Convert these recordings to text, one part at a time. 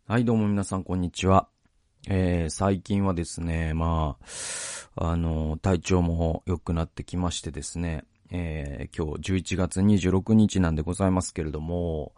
はい、どうも皆さん、こんにちは。最近はですね、体調も良くなってきましてですね、今日11月26日なんでございますけれども、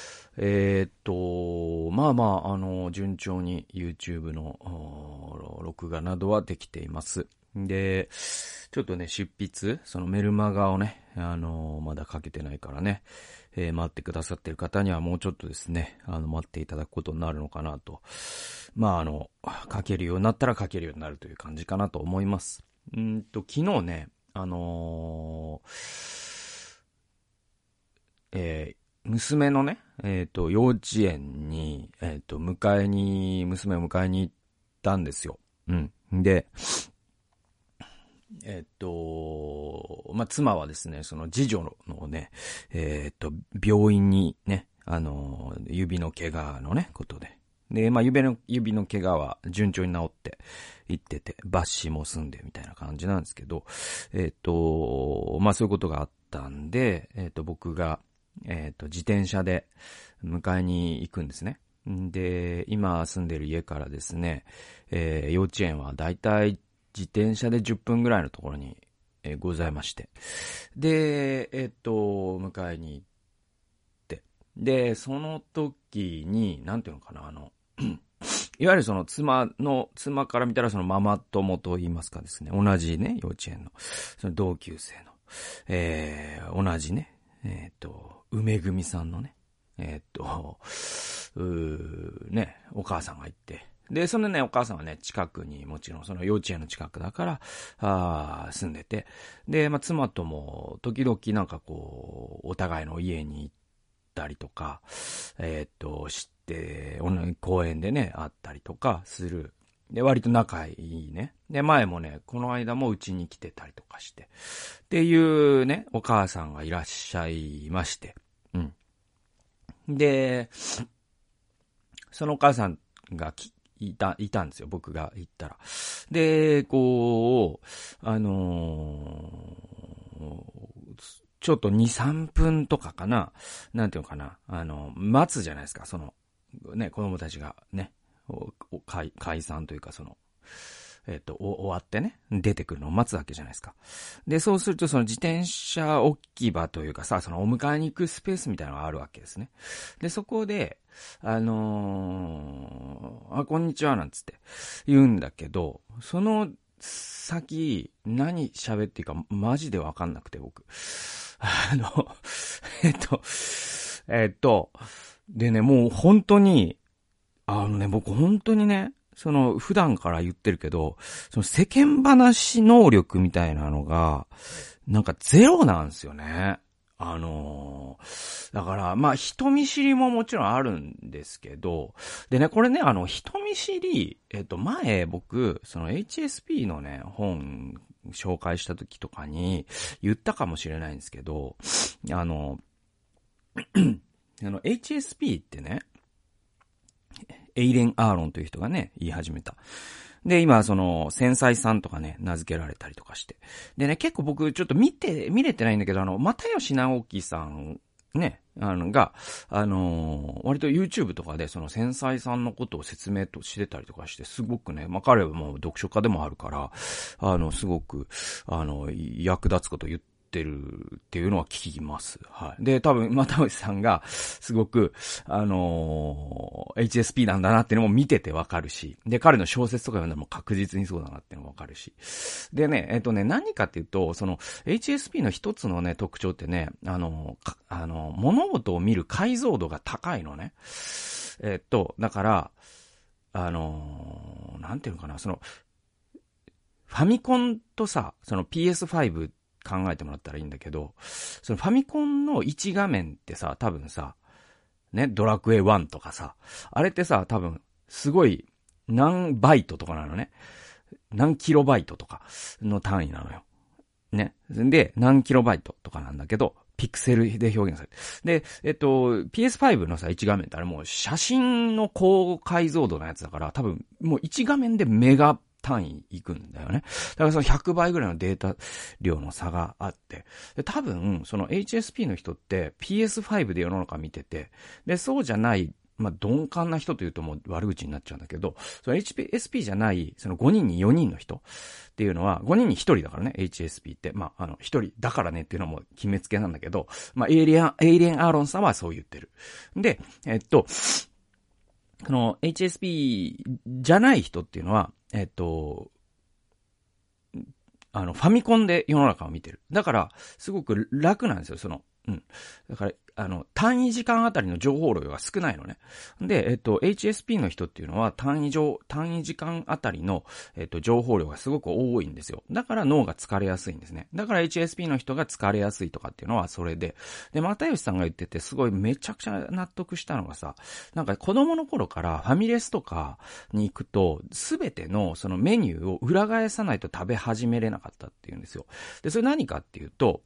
順調に YouTube の録画などはできています。で、ちょっとね、執筆、そのメルマガをね、まだ書けてないからね、待ってくださっている方にはもうちょっとですね、待っていただくことになるのかなと。書けるようになったら書けるようになるという感じかなと思います。昨日ね、娘のね、幼稚園に、娘を迎えに行ったんですよ。うん。で、妻はですね、その次女のね、病院にね、指の怪我のね、ことで。で、指の怪我は順調に治って行ってて、抜歯も済んでみたいな感じなんですけど、そういうことがあったんで、僕が、自転車で迎えに行くんですね。で、今住んでる家からですね、幼稚園はだいたい自転車で10分ぐらいのところに、ございまして。で、迎えに行って。で、その時に、なんていうのかな、いわゆるその妻から見たらそのママ友と言いますかですね、同じね、幼稚園の、その同級生の、同じね、梅組さんのね、お母さんがいて、で、そのね、お母さんはね、近くに、もちろんその幼稚園の近くだから、住んでて、で、妻とも、時々なんかこう、お互いの家に行ったりとか、公園でね、会ったりとかする。で、割と仲いいね。で、前もね、この間もうちに来てたりとかして。っていうね、お母さんがいらっしゃいまして。うん。で、そのお母さんがいたんですよ。僕が行ったら。で、こう、ちょっと2、3分とかかな。なんていうのかな。待つじゃないですか。その、ね、子供たちがね、解散というか終わってね、出てくるのを待つわけじゃないですか。で、そうするとその自転車置き場というかさ、そのお迎えに行くスペースみたいなのがあるわけですね。で、そこで、こんにちはなんつって言うんだけど、その先、何喋っていいかマジでわかんなくて僕。でね、もう本当に、僕本当にね、普段から言ってるけど、その世間話能力みたいなのが、なんかゼロなんですよね。だから、人見知りももちろんあるんですけど、でね、これね、人見知り、前僕、その HSP のね、本紹介した時とかに言ったかもしれないんですけど、HSP ってね、エイレン・アーロンという人がね、言い始めた。で、今、繊細さんとかね、名付けられたりとかして。でね、結構僕、ちょっと見れてないんだけど、又吉直樹さん、ね、が、割と YouTube とかで、その繊細さんのことを説明としてたりとかして、すごくね、彼はもう読書家でもあるから、すごく、役立つことを言ってるっていうのは聞きます。はい。で、多分、又吉さんが、すごく、HSP なんだなっていうのも見ててわかるし、で、彼の小説とか読んだらも確実にそうだなっていうのもわかるし。でね、何かっていうと、HSP の一つのね、特徴ってね、物事を見る解像度が高いのね。だから、なんていうのかな、ファミコンとさ、PS5 考えてもらったらいいんだけど、そのファミコンの1画面ってさ、多分さ、ね、ドラクエ1とかさ、あれってさ、多分、すごい、何バイトとかなのね。何キロバイトとかの単位なのよ。ね。で、何キロバイトとかなんだけど、ピクセルで表現されて。で、PS5 のさ、1画面ってあれもう写真の高解像度のやつだから、多分、もう1画面でメガ単位いくんだよね。だからその100倍ぐらいのデータ量の差があって。で、多分、その HSP の人って PS5 で世の中見てて、で、そうじゃない鈍感な人というともう悪口になっちゃうんだけど、その HSP じゃない、その5人に4人の人っていうのは、5人に1人だからね、HSP って。1人だからねっていうのも決めつけなんだけど、エイリエン・アーロンさんはそう言ってる。で、この HSP じゃない人っていうのは、ファミコンで世の中を見てる。だから、すごく楽なんですよ、だから、単位時間あたりの情報量が少ないのね。で、HSP の人っていうのは単位時間あたりの、情報量がすごく多いんですよ。だから脳が疲れやすいんですね。だから HSP の人が疲れやすいとかっていうのはそれで。で、又吉さんが言っててすごいめちゃくちゃ納得したのがさ、なんか子供の頃からファミレスとかに行くと、すべてのそのメニューを裏返さないと食べ始めれなかったっていうんですよ。で、それ何かっていうと、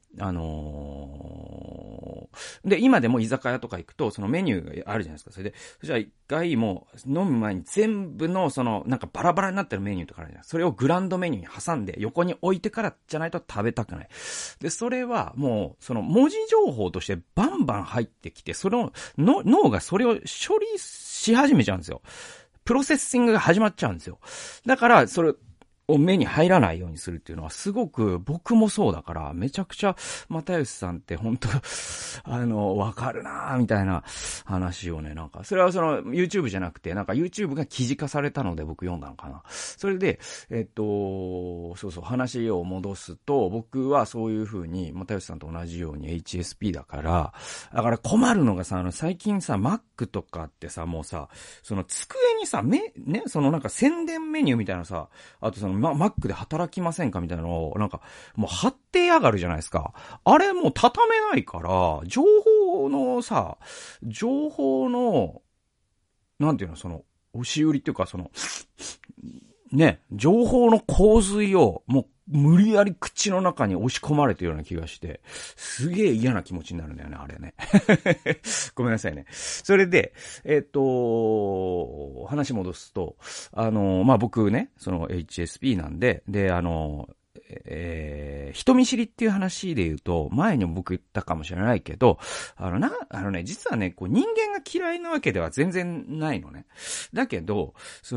で、今でも居酒屋とか行くと、そのメニューがあるじゃないですか。それで、じゃあ一回もう飲む前に全部のなんかバラバラになってるメニューとかあるじゃないですか。それをグランドメニューに挟んで横に置いてからじゃないと食べたくない。で、それはもう、その文字情報としてバンバン入ってきて、脳がそれを処理し始めちゃうんですよ。プロセッシングが始まっちゃうんですよ。だから、それ、を目に入らないようにするっていうのはすごく僕もそうだからめちゃくちゃ又吉さんって本当わかるなーみたいな話をね、なんかそれはその YouTube じゃなくてなんか YouTube が記事化されたので僕読んだのかな。それでそう話を戻すと僕はそういう風に又吉さんと同じように HSP だから困るのがさ最近さ Mac とかってさもうさその机にさそのなんか宣伝メニューみたいなさあとそのMac で働きませんかみたいなのを、なんか、もう貼ってやがるじゃないですか。あれもう畳めないから、情報の、なんていうの、その、押し売りっていうか、その、情報の洪水を、もう、無理やり口の中に押し込まれてるような気がして、すげえ嫌な気持ちになるんだよね、あれね。ごめんなさいね。それで、話戻すと、僕ね、その HSP なんで、で、人見知りっていう話で言うと、前にも僕言ったかもしれないけど、実はね、こう人間が嫌いなわけでは全然ないのね。だけど、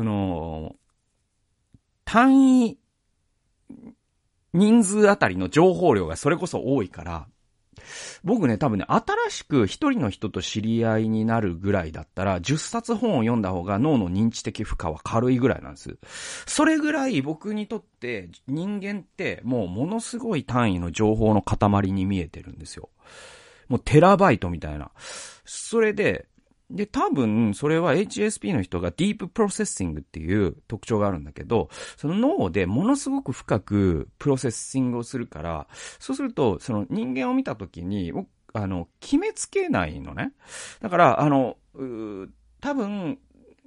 単位、人数あたりの情報量がそれこそ多いから、僕ね、多分ね、新しく一人の人と知り合いになるぐらいだったら、10冊本を読んだ方が脳の認知的負荷は軽いぐらいなんです。それぐらい僕にとって人間ってもうものすごい単位の情報の塊に見えてるんですよ。もうテラバイトみたいな。それで、多分、それは HSP の人がディーププロセッシングっていう特徴があるんだけど、その脳でものすごく深くプロセッシングをするから、そうすると、その人間を見たときに、決めつけないのね。だから、多分、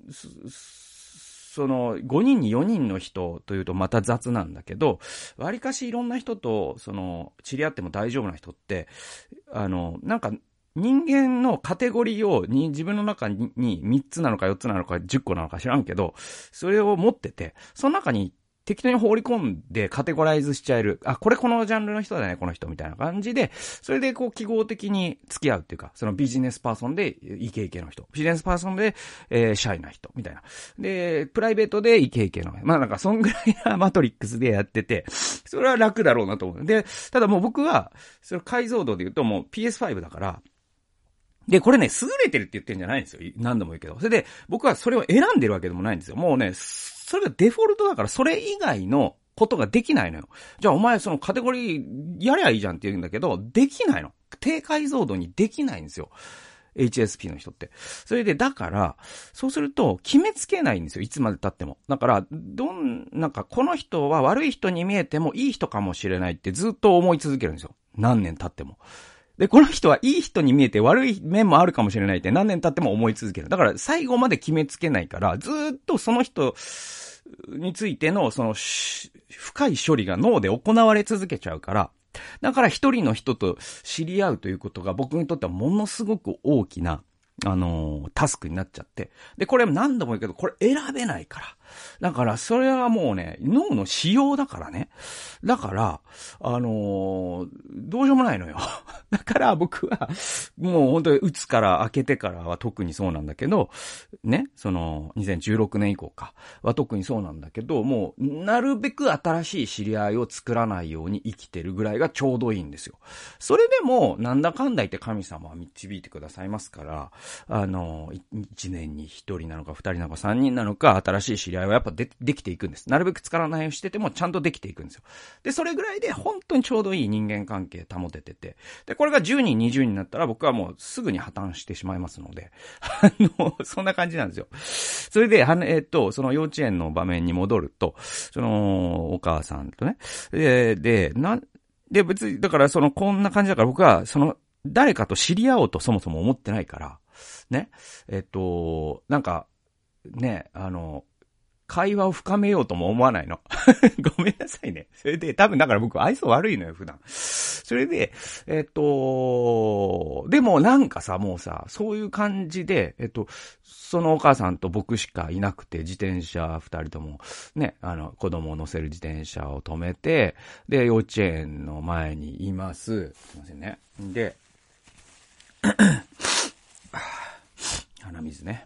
その5人に4人の人というとまた雑なんだけど、割かしいろんな人と、知り合っても大丈夫な人って、なんか、人間のカテゴリーを自分の中に3つなのか4つなのか10個なのか知らんけど、それを持ってて、その中に適当に放り込んでカテゴライズしちゃえる。あ、これこのジャンルの人だね、この人みたいな感じで、それでこう記号的に付き合うっていうか、そのビジネスパーソンでイケイケの人、ビジネスパーソンで、シャイな人みたいな。で、プライベートでイケイケの。なんかそんぐらいなマトリックスでやってて、それは楽だろうなと思う。で、ただもう僕は、その解像度で言うともう PS5 だから、で、これね、優れてるって言ってるんじゃないんですよ。何度も言うけど。それで、僕はそれを選んでるわけでもないんですよ。もうね、それがデフォルトだから、それ以外のことができないのよ。じゃあお前そのカテゴリーやりゃいいじゃんって言うんだけど、できないの。低解像度にできないんですよ。HSP の人って。それで、だから、そうすると、決めつけないんですよ。いつまで経っても。だから、なんか、この人は悪い人に見えてもいい人かもしれないってずっと思い続けるんですよ。何年経っても。で、この人はいい人に見えて悪い面もあるかもしれないって何年経っても思い続ける。だから最後まで決めつけないから、ずーっとその人についてのその深い処理が脳で行われ続けちゃうから、だから一人の人と知り合うということが僕にとってはものすごく大きなタスクになっちゃって。で、これ何度も言うけど、これ選べないから。だから、それはもうね、脳の仕様だからね。だから、どうしようもないのよ。だから僕は、もう本当に打つから開けてからは特にそうなんだけど、ね、2016年以降か、は特にそうなんだけど、もう、なるべく新しい知り合いを作らないように生きてるぐらいがちょうどいいんですよ。それでも、なんだかんだ言って神様は導いてくださいますから、1年に1人なのか2人なのか3人なのか、新しい知り合いはやっぱできていくんです。なるべく使わないようにしててもちゃんとできていくんですよ。で、それぐらいで本当にちょうどいい人間関係保ててて。で、これが10人、20人になったら僕はもうすぐに破綻してしまいますので、そんな感じなんですよ。それで、その幼稚園の場面に戻ると、お母さんとね、で、別に、だからこんな感じだから僕は、誰かと知り合おうとそもそも思ってないから、ね。なんか、ね、会話を深めようとも思わないの。ごめんなさいね。それで、多分だから僕愛想悪いのよ、普段。それで、でもなんかさ、もうさ、そういう感じで、そのお母さんと僕しかいなくて、自転車2人とも、ね、子供を乗せる自転車を止めて、で、幼稚園の前にいます。すいませんね。で、鼻水ね。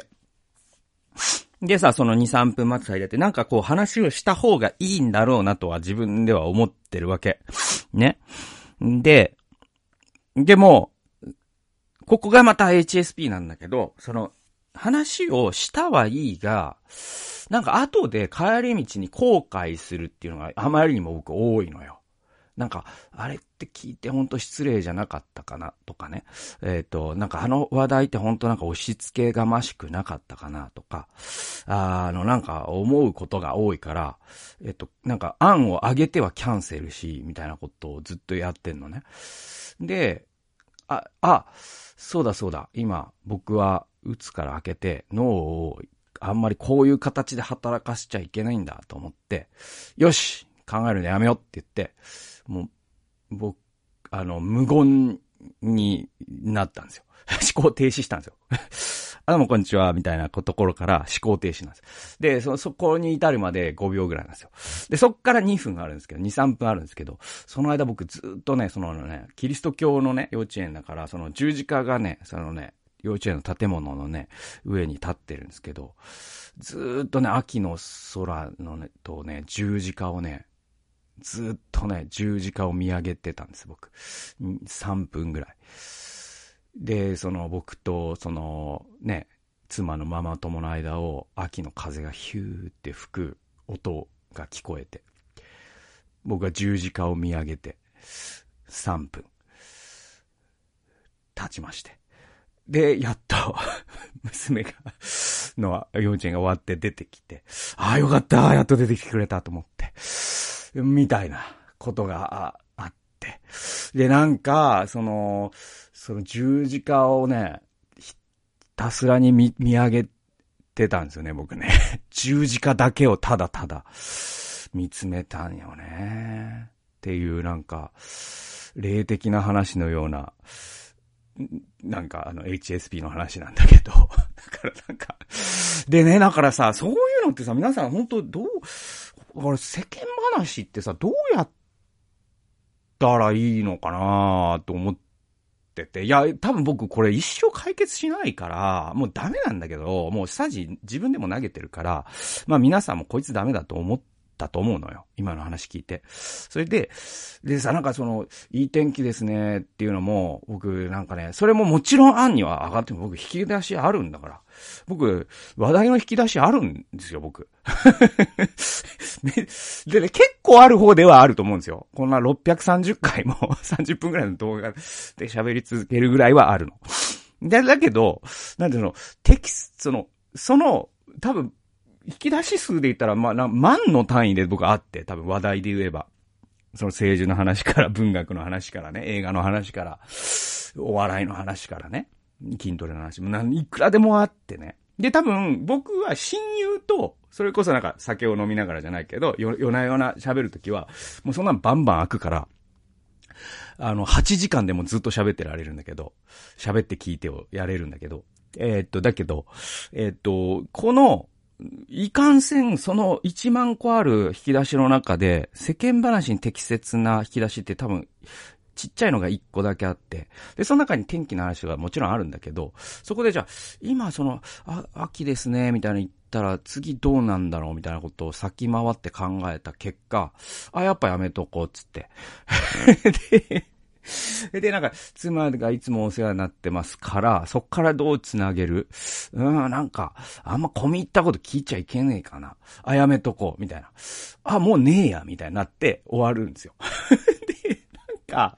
でさ、その2、3分待つ間ってなんかこう話をした方がいいんだろうなとは自分では思ってるわけ。ね。でも、ここがまた HSP なんだけど、話をしたはいいが、なんか後で帰り道に後悔するっていうのがあまりにも僕多いのよ。なんか、あれって聞いてほんと失礼じゃなかったかなとかね。なんか話題ってほんとなんか押し付けがましくなかったかなとか、なんか思うことが多いから、なんか案を上げてはキャンセルし、みたいなことをずっとやってんのね。で、そうだ。今、僕は打つから開けて脳をあんまりこういう形で働かせちゃいけないんだと思って、よし考えるのやめようって言って、もう、僕、無言になったんですよ。思考停止したんですよ。どうもこんにちは、みたいなところから思考停止なんです。で、そこに至るまで5秒ぐらいなんですよ。で、そっから2分あるんですけど、2、3分あるんですけど、その間僕ずっとね、キリスト教のね、幼稚園だから、十字架がね、幼稚園の建物のね、上に立ってるんですけど、ずーっとね、秋の空のね、とね、十字架をね、ずっとね、十字架を見上げてたんです、僕。3分ぐらい。で、僕と、ね、妻のママ友の間を秋の風がヒューって吹く音が聞こえて、僕は十字架を見上げて、3分、経ちまして。で、やっと、娘の幼稚園が終わって出てきて、よかった、やっと出てきてくれたと思って、みたいなことがあって。で、なんか、十字架をね、ひたすらに見上げてたんですよね、僕ね。十字架だけをただただ見つめたんよね。っていうなんか、霊的な話のような、なんかHSP の話なんだけど。だからなんか、でね、だからさ、そういうのってさ、皆さん本当これ世間話ってさ、どうやったらいいのかなと思ってて。いや、多分僕これ一生解決しないから、もうダメなんだけど、もうサジ自分でも投げてるから、まあ皆さんもこいつダメだと思ったと思うのよ。今の話聞いて。それでさ、なんかいい天気ですねっていうのも、僕なんかね、それももちろん案には上がっても僕引き出しあるんだから。僕、話題の引き出しあるんですよ、僕。でね、結構ある方ではあると思うんですよ。こんな630回も30分くらいの動画で喋り続けるぐらいはあるの。だけど、なんていうの、多分、引き出し数で言ったら、まあ、万の単位で僕あって、多分話題で言えば。政治の話から、文学の話からね、映画の話から、お笑いの話からね、筋トレの話もいくらでもあってね。で、多分、僕は親友と、それこそなんか酒を飲みながらじゃないけど、夜な夜な喋るときは、もうそんなんバンバン開くから、 8時間でもずっと喋ってられるんだけど、喋って聞いてをやれるんだけど、だけど、この、いかんせん、その1万個ある引き出しの中で、世間話に適切な引き出しって多分、ちっちゃいのが1個だけあって、で、その中に天気の話がもちろんあるんだけど、そこでじゃあ、今秋ですね、みたいな言ったら、次どうなんだろう、みたいなことを先回って考えた結果、やっぱやめとこう、つって。で、なんか、妻がいつもお世話になってますから、そっからどうつなげる？なんか、あんま込み入ったこと聞いちゃいけねえかな。やめとこう、みたいな。もうねえや、みたいになって終わるんですよ。で、なんか、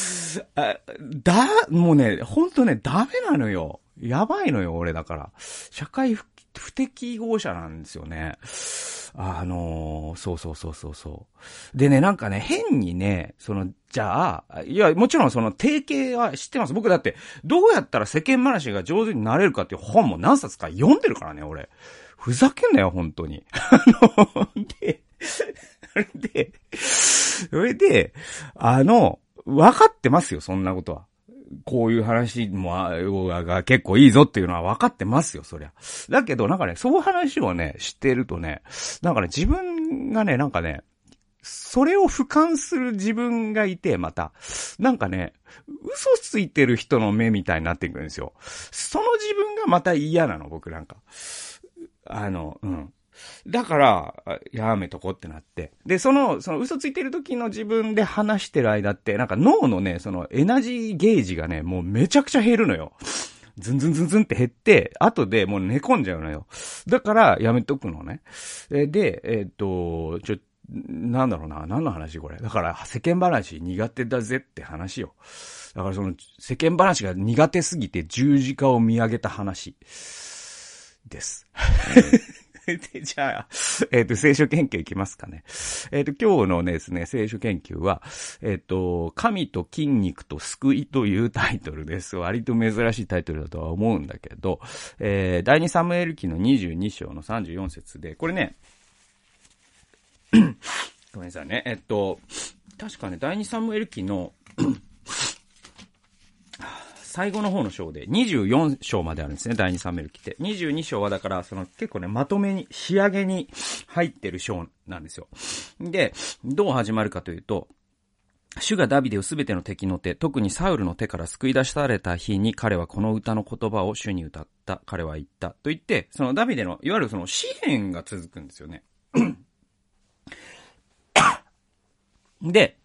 もうね、ほんとね、ダメなのよ。やばいのよ、俺だから。社会不適合者なんですよね。そう。でね、なんかね、変にね、じゃあ、いや、もちろん定型は知ってます。僕だって、どうやったら世間話が上手になれるかっていう本も何冊か読んでるからね、俺。ふざけんなよ、本当に。それで、分かってますよ、そんなことは。こういう話が結構いいぞっていうのは分かってますよ、そりゃ。だけど、なんかね、そういう話をね、してるとね、なんかね、自分がね、なんかね、それを俯瞰する自分がいて、また、なんかね、嘘ついてる人の目みたいになっていくんですよ。その自分がまた嫌なの、僕なんか。だから、やめとこってなって。で、その嘘ついてる時の自分で話してる間って、なんか脳のね、エナジーゲージがね、もうめちゃくちゃ減るのよ。ズンズンズンズンって減って、後でもう寝込んじゃうのよ。だから、やめとくのね。で、なんだろうな、何の話これ。だから、世間話苦手だぜって話よ。だから世間話が苦手すぎて十字架を見上げた話です。で、じゃあ、聖書研究いきますかね。今日のですね、聖書研究は、神と筋肉と救いというタイトルです。割と珍しいタイトルだとは思うんだけど、第二サムエル記の22章の34節で、これね、ごめんなさいね。確かね、第二サムエル記の、最後の方の章で24章まであるんですね、第2サムエル記って。22章はだから、結構ね、まとめに、仕上げに入ってる章なんですよ。で、どう始まるかというと、主がダビデをすべての敵の手、特にサウルの手から救い出された日に彼はこの歌の言葉を主に歌った。彼は言った。と言って、ダビデの、いわゆる詩篇が続くんですよね。で、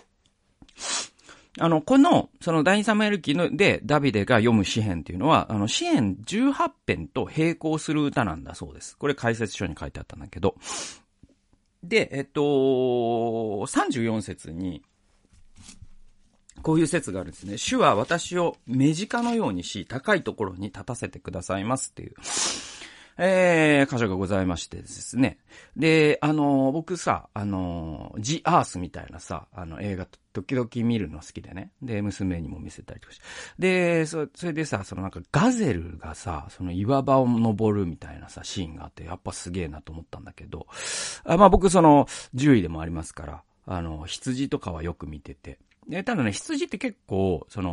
この第二サムエル記でダビデが読む詩編っていうのは、詩編18編と並行する歌なんだそうです。これ解説書に書いてあったんだけど。で、34節に、こういう説があるんですね。主は私を目近のようにし、高いところに立たせてくださいますっていう。箇所がございましてですね。で、僕さ、ジ・アースみたいなさ、映画時々見るの好きでね。で、娘にも見せたりとかして。で、それでさ、なんかガゼルがさ、岩場を登るみたいなさ、シーンがあって、やっぱすげえなと思ったんだけど、僕獣医でもありますから、羊とかはよく見てて、ただね、羊って結構、そ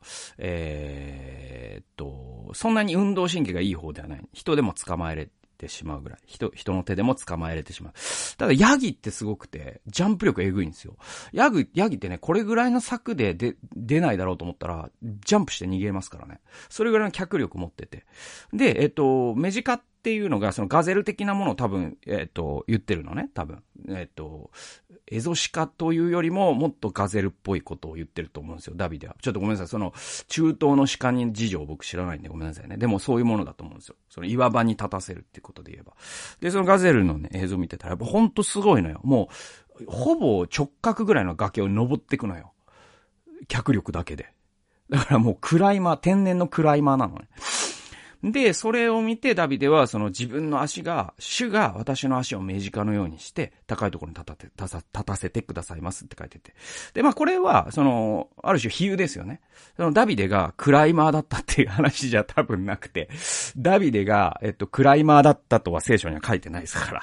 んなに運動神経がいい方ではない。人でも捕まえれてしまうぐらい。人の手でも捕まえれてしまう。ただ、ヤギってすごくて、ジャンプ力えぐいんですよ。ヤギってね、これぐらいの柵で出ないだろうと思ったら、ジャンプして逃げますからね。それぐらいの脚力持ってて。で、メジカっていうのが、ガゼル的なものを多分、言ってるのね、多分。エゾシカというよりも、もっとガゼルっぽいことを言ってると思うんですよ、ダビデは。ちょっとごめんなさい、中東の鹿に事情を僕知らないんでごめんなさいね。でもそういうものだと思うんですよ。岩場に立たせるっていうことで言えば。で、ガゼルのね、映像見てたら、やっぱほんとすごいのよ。もう、ほぼ直角ぐらいの崖を登っていくのよ。脚力だけで。だからもう天然のクライマーなのね。 で、それを見てダビデはその自分の足が、主が私の足を目近のようにして、高いところに立たせてくださいますって書いてて。で、まあこれは、ある種比喩ですよね。ダビデがクライマーだったっていう話じゃ多分なくて、ダビデが、クライマーだったとは聖書には書いてないですから、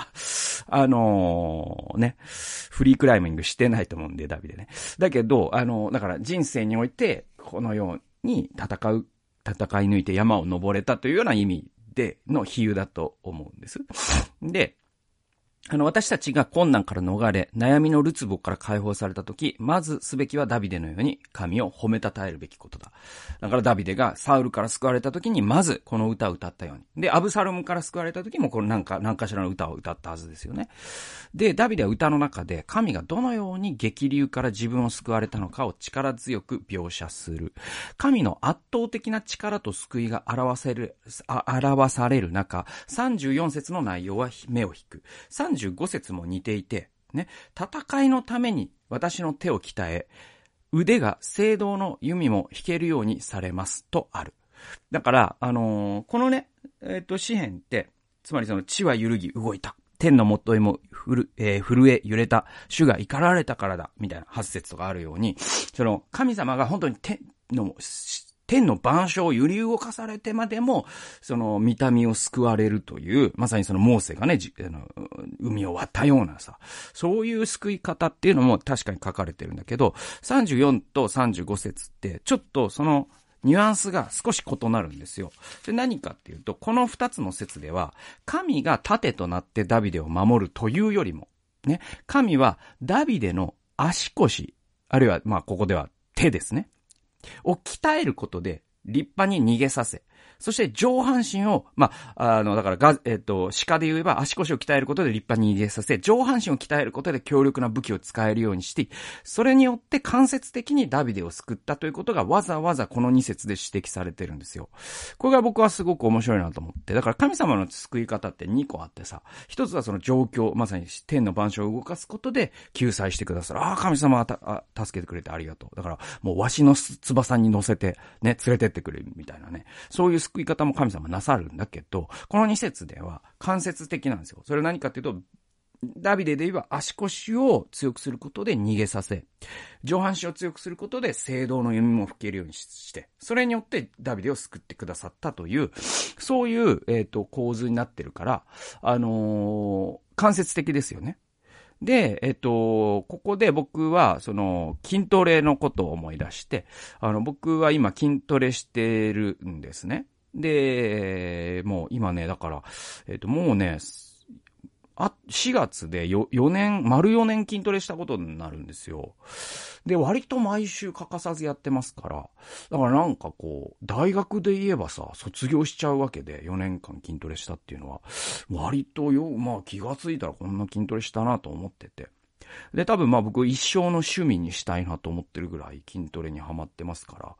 フリークライミングしてないと思うんで、ダビデね。だけど、だから人生において、このように戦い抜いて山を登れたというような意味での比喩だと思うんです。で、私たちが困難から逃れ、悩みのるつぼから解放されたとき、まずすべきはダビデのように神を褒めたたえるべきことだ。だからダビデがサウルから救われたときに、まずこの歌を歌ったように。で、アブサロムから救われたときも、この何かしらの歌を歌ったはずですよね。で、ダビデは歌の中で、神がどのように激流から自分を救われたのかを力強く描写する。神の圧倒的な力と救いが表される中、34節の内容は目を引く。35節も似ていて、ね、戦いのために私の手を鍛え、腕が青銅の弓も引けるようにされますとある。だから、このね、詩篇って、つまりその地は揺るぎ動いた。天の元へも震え揺れた。主が怒られたからだ。みたいな8節とかあるように、その神様が本当に天の万象を揺り動かされてまでも、その見た目を救われるという、まさにそのモーセがね、海を割ったようなさ、そういう救い方っていうのも確かに書かれてるんだけど、34と35節って、ちょっとそのニュアンスが少し異なるんですよ。で、何かっていうと、この2つの説では、神が盾となってダビデを守るというよりも、ね、神はダビデの足腰、あるいはまあここでは手ですね。を鍛えることで立派に逃げさせ、そして上半身を、だから鹿で言えば足腰を鍛えることで立派に逃げさせ、上半身を鍛えることで強力な武器を使えるようにして、それによって間接的にダビデを救ったということがわざわざこの2節で指摘されてるんですよ。これが僕はすごく面白いなと思って。だから神様の救い方って2個あってさ、一つはその状況、まさに天の万象を動かすことで救済してくださる。ああ、神様は助けてくれてありがとう。だからもうわしの翼に乗せてね、連れてってくれるみたいなね。そういう救い方も神様なさるんだけど、この2節では間接的なんですよ。それは何かっていうと、ダビデで言えば足腰を強くすることで逃げさせ、上半身を強くすることで青銅の弓も吹けるようにして、それによってダビデを救ってくださったという、そういう、構図になってるから、間接的ですよね。で、ここで僕は、筋トレのことを思い出して、僕は今筋トレしてるんですね。で、もう今ね、だから、もうね、4月で丸4年筋トレしたことになるんですよ。で、割と毎週欠かさずやってますから、だからなんかこう、大学で言えばさ、卒業しちゃうわけで、4年間筋トレしたっていうのは、割とまあ気がついたらこんな筋トレしたなと思ってて。で、多分まあ僕一生の趣味にしたいなと思ってるぐらい筋トレにハマってますから、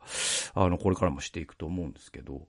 これからもしていくと思うんですけど、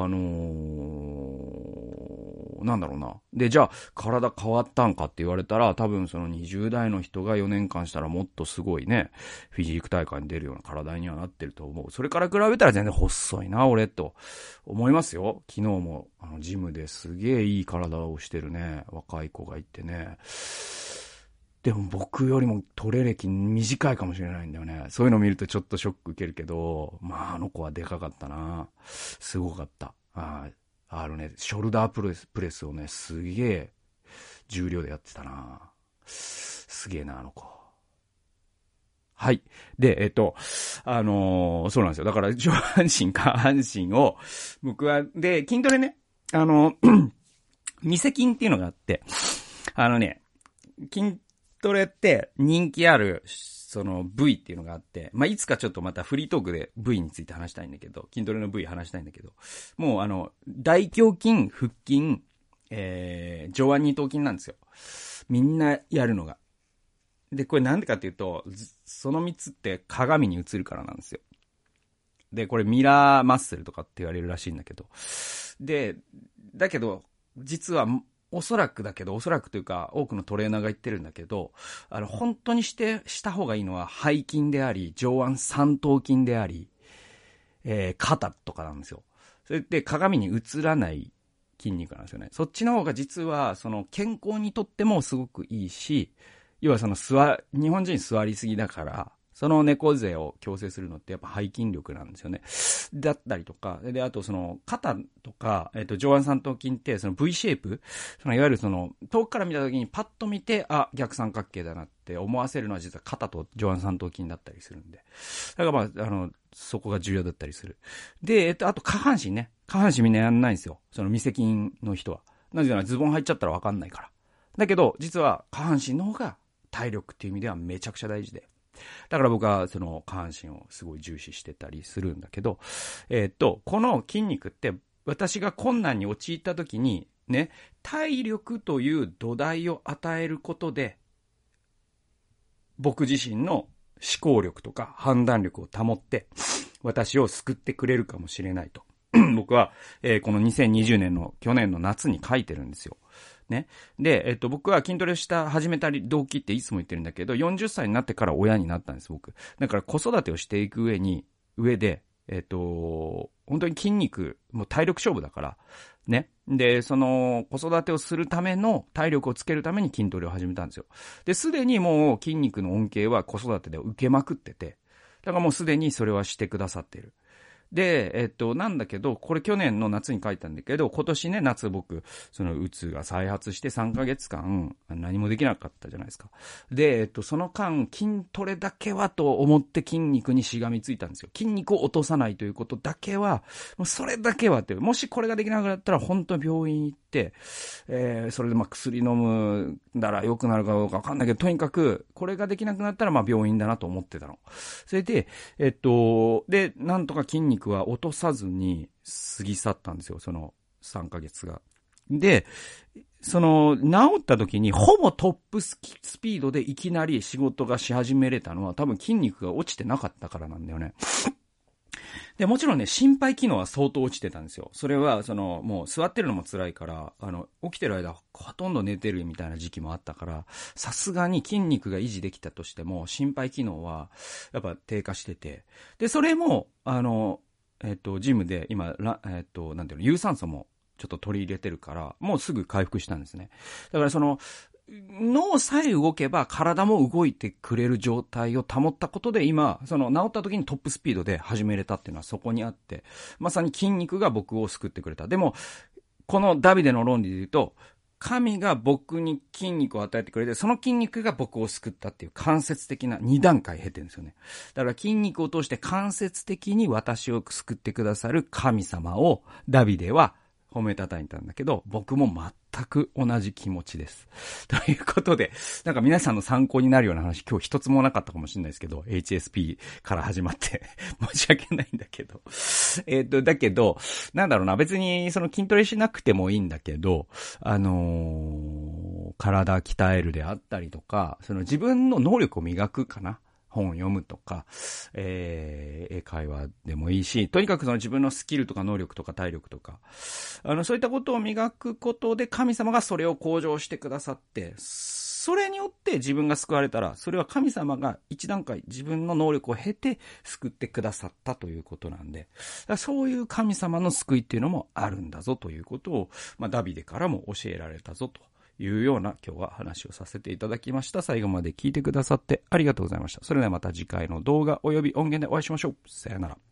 なんだろうな。で、じゃあ、体変わったんかって言われたら、多分その20代の人が4年間したらもっとすごいね、フィジーク大会に出るような体にはなってると思う。それから比べたら全然細いな、俺、と思いますよ。昨日も、ジムですげえいい体をしてるね、若い子がいてね。でも僕よりもトレ歴短いかもしれないんだよね。そういうのを見るとちょっとショック受けるけど、まああの子はでかかったな。すごかった。ショルダープレスをね、すげえ重量でやってたな。すげえな、あの子。はい。で、そうなんですよ。だから上半身、下半身を、僕は、で、筋トレね、ミセ筋っていうのがあって、筋トレって人気ある、その部位っていうのがあって、まあ、いつかちょっとまたフリートークで部位について話したいんだけど、筋トレの部位話したいんだけど、もう大胸筋、腹筋、上腕二頭筋なんですよ。みんなやるのが。で、これなんでかっていうと、その3つって鏡に映るからなんですよ。で、これミラーマッスルとかって言われるらしいんだけど。で、だけど、実は、おそらくというか、多くのトレーナーが言ってるんだけど、本当にした方がいいのは、背筋であり、上腕三頭筋であり、肩とかなんですよ。 それって鏡に映らない筋肉なんですよね。そっちの方が実は、その健康にとってもすごくいいし、要はその日本人座りすぎだから、その猫背を矯正するのってやっぱ背筋力なんですよね。だったりとか、で、あとその肩とか、上腕三頭筋ってその V シェイプ、そのいわゆるその遠くから見た時にパッと見て、あ、逆三角形だなって思わせるのは実は肩と上腕三頭筋だったりするんで。だからまあ、そこが重要だったりする。で、あと下半身ね。下半身みんなやんないんですよ。その未成筋の人は。なぜならズボン入っちゃったらわかんないから。だけど、実は下半身の方が体力っていう意味ではめちゃくちゃ大事で。だから僕はその下半身をすごい重視してたりするんだけど、この筋肉って私が困難に陥った時にね、体力という土台を与えることで、僕自身の思考力とか判断力を保って、私を救ってくれるかもしれないと。僕は、この2020年の去年の夏に書いてるんですよ。ね。で、僕は筋トレ始めた動機っていつも言ってるんだけど、40歳になってから親になったんです、僕。だから子育てをしていく上で、本当に筋肉、もう体力勝負だから、ね。で、その、子育てをするための体力をつけるために筋トレを始めたんですよ。で、すでにもう筋肉の恩恵は子育てで受けまくってて、だからもうすでにそれはしてくださってる。で、なんだけど、これ去年の夏に書いたんだけど、今年ね、夏僕、その、うつが再発して3ヶ月間、何もできなかったじゃないですか。で、その間、筋トレだけはと思って筋肉にしがみついたんですよ。筋肉を落とさないということだけは、もうそれだけはって、もしこれができなくなったら、本当病院行って、それでまあ薬飲むなら良くなるかどうかわかんないけど、とにかく、これができなくなったら、まあ病院だなと思ってたの。それで、で、なんとか筋肉は落とさずに過ぎ去ったんですよ、その3ヶ月が。で、その、治った時にほぼトップスピードでいきなり仕事がし始めれたのは多分筋肉が落ちてなかったからなんだよね。で、もちろんね、心肺機能は相当落ちてたんですよ。それは、もう座ってるのも辛いから、起きてる間、ほとんど寝てるみたいな時期もあったから、さすがに筋肉が維持できたとしても、心肺機能は、やっぱ低下してて。で、それも、ジムで今、なんていうの、有酸素もちょっと取り入れてるから、もうすぐ回復したんですね。だから脳さえ動けば体も動いてくれる状態を保ったことで今、治った時にトップスピードで始めれたっていうのはそこにあって、まさに筋肉が僕を救ってくれた。でも、このダビデの論理で言うと、神が僕に筋肉を与えてくれて、その筋肉が僕を救ったっていう間接的な2段階経てるんですよね。だから筋肉を通して間接的に私を救ってくださる神様をダビデは褒めたたいたんだけど、僕も全く同じ気持ちです。ということで、なんか皆さんの参考になるような話、今日一つもなかったかもしれないですけど、HSP から始まって申し訳ないんだけど。だけど、なんだろうな、別にその筋トレしなくてもいいんだけど、体鍛えるであったりとか、その自分の能力を磨くかな。本を読むとか、英会話でもいいし、とにかくその自分のスキルとか能力とか体力とか、そういったことを磨くことで神様がそれを向上してくださって、それによって自分が救われたら、それは神様が一段階自分の能力を経て救ってくださったということなんで、そういう神様の救いっていうのもあるんだぞということを、ダビデからも教えられたぞというような今日は話をさせていただきました。最後まで聞いてくださってありがとうございました。それではまた次回の動画および音源でお会いしましょう。さよなら。